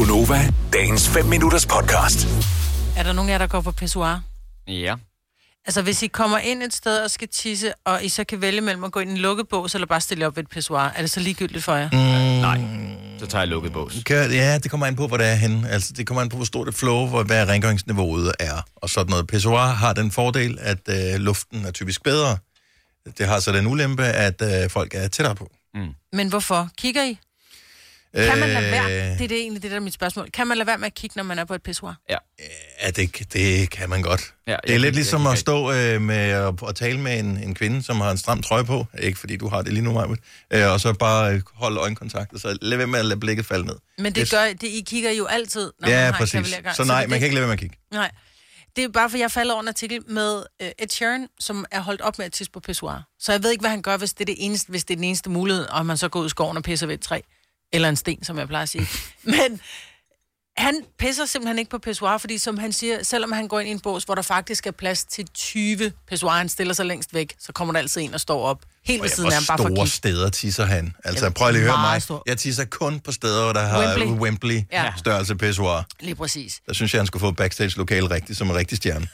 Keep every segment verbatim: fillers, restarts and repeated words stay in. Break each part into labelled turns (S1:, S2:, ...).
S1: Gunova, dagens fem minutters podcast.
S2: Er der nogen af jer, der går på pissoir?
S3: Ja.
S2: Altså, hvis I kommer ind et sted og skal tisse, og I så kan vælge mellem at gå ind i en lukket bås, eller bare stille op ved et pissoir, er det så ligegyldigt for jer?
S4: Mm,
S3: Nej, så tager jeg lukket bås.
S4: Ja, det kommer an på, hvor det er henne. Altså, det kommer an på, hvor stort det flow, hvor hvad rengøringsniveauet er. Og sådan noget. Pissoir har den fordel, at øh, luften er typisk bedre. Det har så den ulempe, at øh, folk er tættere på.
S3: Mm.
S2: Men hvorfor? Kigger I? Kan man lade være? Det er det egentlig det, der er mit spørgsmål. Kan man lade være med at kigge, når man er på et pissoir?
S3: Ja.
S4: Ja, det, det kan man godt.
S3: Ja,
S4: det er lidt
S3: jeg,
S4: ligesom
S3: jeg, jeg,
S4: at stå øh, med at, at tale med en, en kvinde, som har en stram trøje på. Ikke fordi du har det lige nu, Marvitt. Øh, og så bare holde øjenkontakt, og så lad være med at lade blikket falde ned.
S2: Men det gør, det, I kigger jo altid, når
S4: ja,
S2: man har
S4: præcis.
S2: en kavalergang.
S4: Så nej,
S2: så
S4: man kan ikke lade være med at kigge.
S2: Nej. Det er bare, for jeg falder over en artikel med uh, Ed Sheeran, som er holdt op med at tisse på pissoir. Så jeg ved ikke, hvad han gør, hvis det er, det eneste, hvis det er den eneste mulighed, og man så går ud i skoven og pisser ved et træ. Eller en sten, som jeg plejer at sige. Men han pisser simpelthen ikke på pissoir, fordi som han siger, selvom han går ind i en bås, hvor der faktisk er plads til tyve pissoir, han stiller sig længst væk, så kommer der altid en og står op. Helt ved siden af ham, bare for at
S4: store
S2: kigge.
S4: steder tisser han. Altså,
S2: Jamen,
S4: prøv lige at høre
S2: meget
S4: mig.
S2: stor.
S4: Jeg tisser kun på steder, hvor der har
S2: Wembley.
S4: Wembley
S2: Ja.
S4: størrelse pissoir.
S2: Lige præcis.
S4: Der synes jeg, han skulle få backstage-lokale rigtigt, som en rigtig stjerne.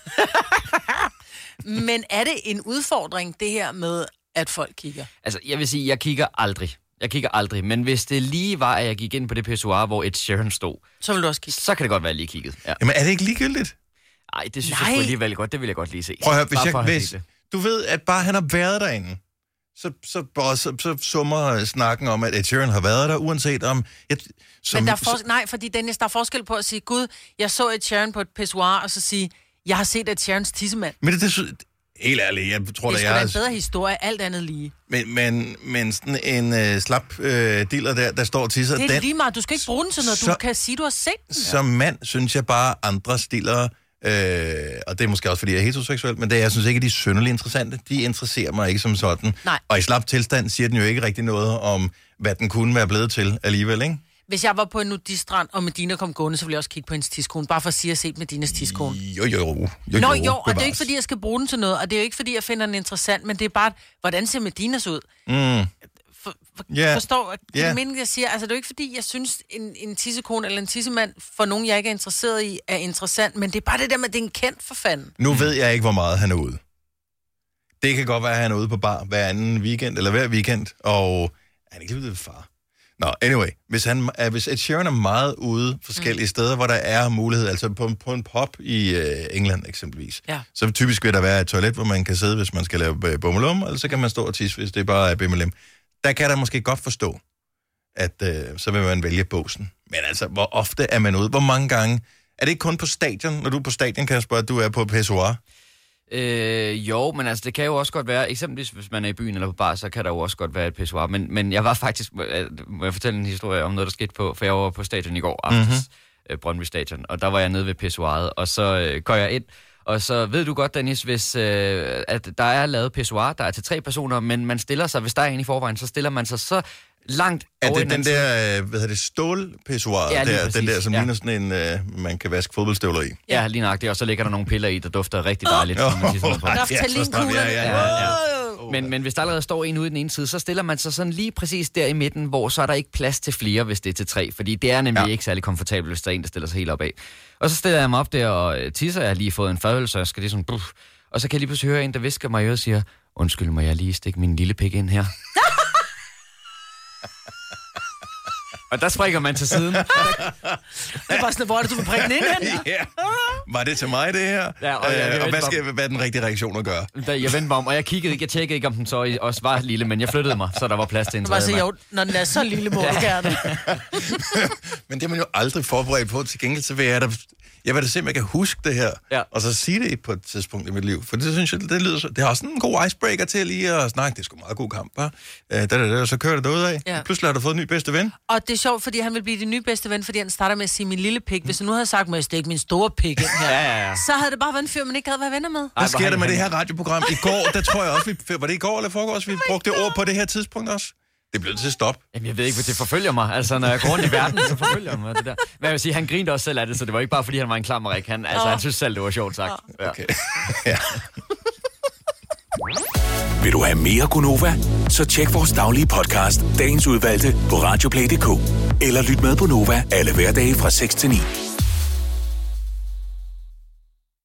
S2: Men er det en udfordring, det her med, at folk kigger?
S3: Altså, jeg vil sige, jeg kigger aldrig. Jeg kigger aldrig. Men hvis det lige var, at jeg gik ind på det pissoir, hvor Ed Sheeran stod,
S2: Så vil du også kigge.
S3: så kan det godt være, at jeg lige kiggede. Ja.
S4: Jamen, er det ikke ligegyldigt?
S3: Ej, det synes
S2: Nej.
S3: jeg sgu alligevel godt. Det vil jeg godt lige se.
S4: Prøv at høre, hvis
S3: Bare
S4: jeg,
S3: for at have
S4: hvis,
S3: set det.
S4: du ved, at bare han har været derinde, så, så, så, så, så summer snakken om, at Ed Sheeran har været der, uanset om... Jeg, som,
S2: Men der er for... Nej, fordi Dennis, der er forskel på at sige, Gud, jeg så Ed Sheeran på et pissoir, og så sige, jeg har set Ed Sheerans tissemand.
S4: Men det, det, helt ærligt, jeg tror,
S2: Det
S4: at
S2: er sgu
S4: jeg...
S2: da en bedre historie, alt andet lige.
S4: Men, men, men sådan en øh, slap øh, dealer der, der står og tisser...
S2: Det er
S4: den,
S2: lige meget, du skal ikke bruge den til noget,
S4: så-
S2: du kan sige, du har set den.
S4: Som mand synes jeg bare, andre stiller... Øh, og det er måske også, fordi jeg er heteroseksuel, men det er, jeg synes ikke, de er synderligt interessante. De interesserer mig ikke som sådan.
S2: Nej.
S4: Og i slap tilstand siger den jo ikke rigtig noget om, hvad den kunne være blevet til alligevel, ikke?
S2: Hvis jeg var på en nudistrand, og Medina kom gående, så ville jeg også kigge på hendes tidskone, bare for at sige, at jeg har set Medinas tidskone.
S4: Jo, jo, jo. jo
S2: Nå jo, og det er
S4: bevares.
S2: ikke, fordi jeg skal bruge den til noget, og det er jo ikke, fordi jeg finder den interessant, men det er bare, hvordan ser Medinas ud?
S4: Mm.
S2: For, for,
S4: Yeah.
S2: Forstår det
S4: Yeah.
S2: mening, jeg siger? Altså, det er jo ikke, fordi jeg synes, en, en tissekone eller en tissemand, for nogen, jeg ikke er interesseret i, er interessant, men det er bare det der med, at det er en kendt for fanden.
S4: Nu ved jeg ikke, hvor meget han er ude. Det kan godt være, at han er ude på bar hver anden weekend, eller hver weekend, og han er ikke ude ved far. Nå, anyway, hvis, han, er, hvis Ed Sheeran er meget ude forskellige mm. steder, hvor der er mulighed, altså på, på en pub i øh, England eksempelvis,
S2: Ja.
S4: så typisk vil der være et toilet, hvor man kan sidde, hvis man skal lave øh, bummelum, eller så kan man stå og tisse, hvis det bare er bimmelum. Der kan der måske godt forstå, at øh, så vil man vælge båsen. Men altså, hvor ofte er man ude? Hvor mange gange? Er det ikke kun på stadion? Når du er på stadion, Kasper, at du er på pissoir?
S3: Øh, jo, men altså, det kan jo også godt være, eksempelvis hvis man er i byen eller på bar, så kan der jo også godt være et pissoir. Men, men jeg var faktisk, må jeg fortælle en historie om noget, der skete på, for jeg var på stadion i går aftes, mm-hmm. Brøndby Stadion, og der var jeg nede ved pissoiret, og så øh, går jeg ind, og så ved du godt, Dennis, hvis øh, at der er lavet pissoir, der er til tre personer, men man stiller sig, hvis der er en i forvejen, så stiller man sig så langt
S4: Er
S3: over
S4: det den der, øh, hvad hedder det, stålpissoir,
S3: Ja, lige
S4: der, den
S3: præcis,
S4: der, som
S3: ja.
S4: ligner sådan en, øh, man kan vaske fodboldstøvler i?
S3: Ja, lige nøjagtigt, og så ligger der nogle piller i, der dufter rigtig dejligt.
S4: Åh,
S3: som man siger sådan noget på.
S4: ja, så stramt, ja, ja, ja.
S2: Wow.
S3: Men, men hvis der allerede står en ude i den ene side, så stiller man sig sådan lige præcis der i midten, hvor så er der ikke plads til flere, hvis det er til tre. Fordi det er nemlig
S4: Ja.
S3: ja. ikke særlig komfortabelt, hvis der er en, der stiller sig helt op af. Og så stiller jeg mig op der og øh, tisser. Jeg har lige fået en fadøl, så jeg skal lige sådan... Buff. Og så kan jeg lige pludselig høre en, der visker mig i øret og siger, undskyld, må jeg lige stikke min lille pik ind her? Og der springer man til siden.
S2: Det er bare sådan, hvor er det, du vil prikke den ind hen?
S4: Ja. Var det til mig, det her?
S3: Ja, og jeg- jeg
S4: øh, og
S3: ved
S4: hvad,
S3: bare-
S4: skal, hvad er den rigtige reaktion at gøre?
S3: Da jeg vendte mig om, og jeg kiggede ikke, jeg tjekkede ikke, om den så også var lille, men jeg flyttede mig, så der var plads til en
S2: Du bare
S3: tredje
S2: sige,
S3: mand.
S2: jo, når den er så lille, må du gerne.
S4: Men det er man jo aldrig forberedt på. Til gengæld så vil jeg da... Jeg vil da se, om jeg kan huske det her,
S3: Ja.
S4: og så sige det på et tidspunkt i mit liv. For det synes jeg, det lyder så... Det har også en god icebreaker til lige at snakke. Det er sgu meget god kamp, bare. Øh, da, da, da, så kører det derudad.
S2: Ja.
S4: Pludselig har du fået en ny bedste ven.
S2: Og det er sjovt, fordi han vil blive din nye bedste ven, fordi han starter med at sige min lille pik. Hvis han nu havde sagt, må jeg stikke min store pik ind her,
S3: Ja, ja, ja.
S2: så havde det bare været en fyr, man ikke havde været venner med.
S4: Hvad
S3: Ej,
S4: sker
S3: hvor
S4: der
S3: han-
S4: med det her radioprogram? I går, der tror jeg også, vi... Var det i går eller forgårs, vi brugte det ord på det her tidspunkt også? Det blev til at stoppe.
S3: Jamen, jeg ved ikke, hvad det forfølger mig. Altså, når jeg går rundt i verden, så forfølger mig det der. Men jeg vil sige, han grinte også selv af det, så det var ikke bare, fordi han var en klammerik. Han, altså,
S2: Åh.
S3: han synes selv, det var sjovt sagt. Ja.
S4: Okay. Ja.
S1: Vil du have mere Gunova? Så tjek vores daglige podcast, dagens udvalgte, på radioplay punktum d k. Eller lyt med på Nova alle hverdage fra seks til ni.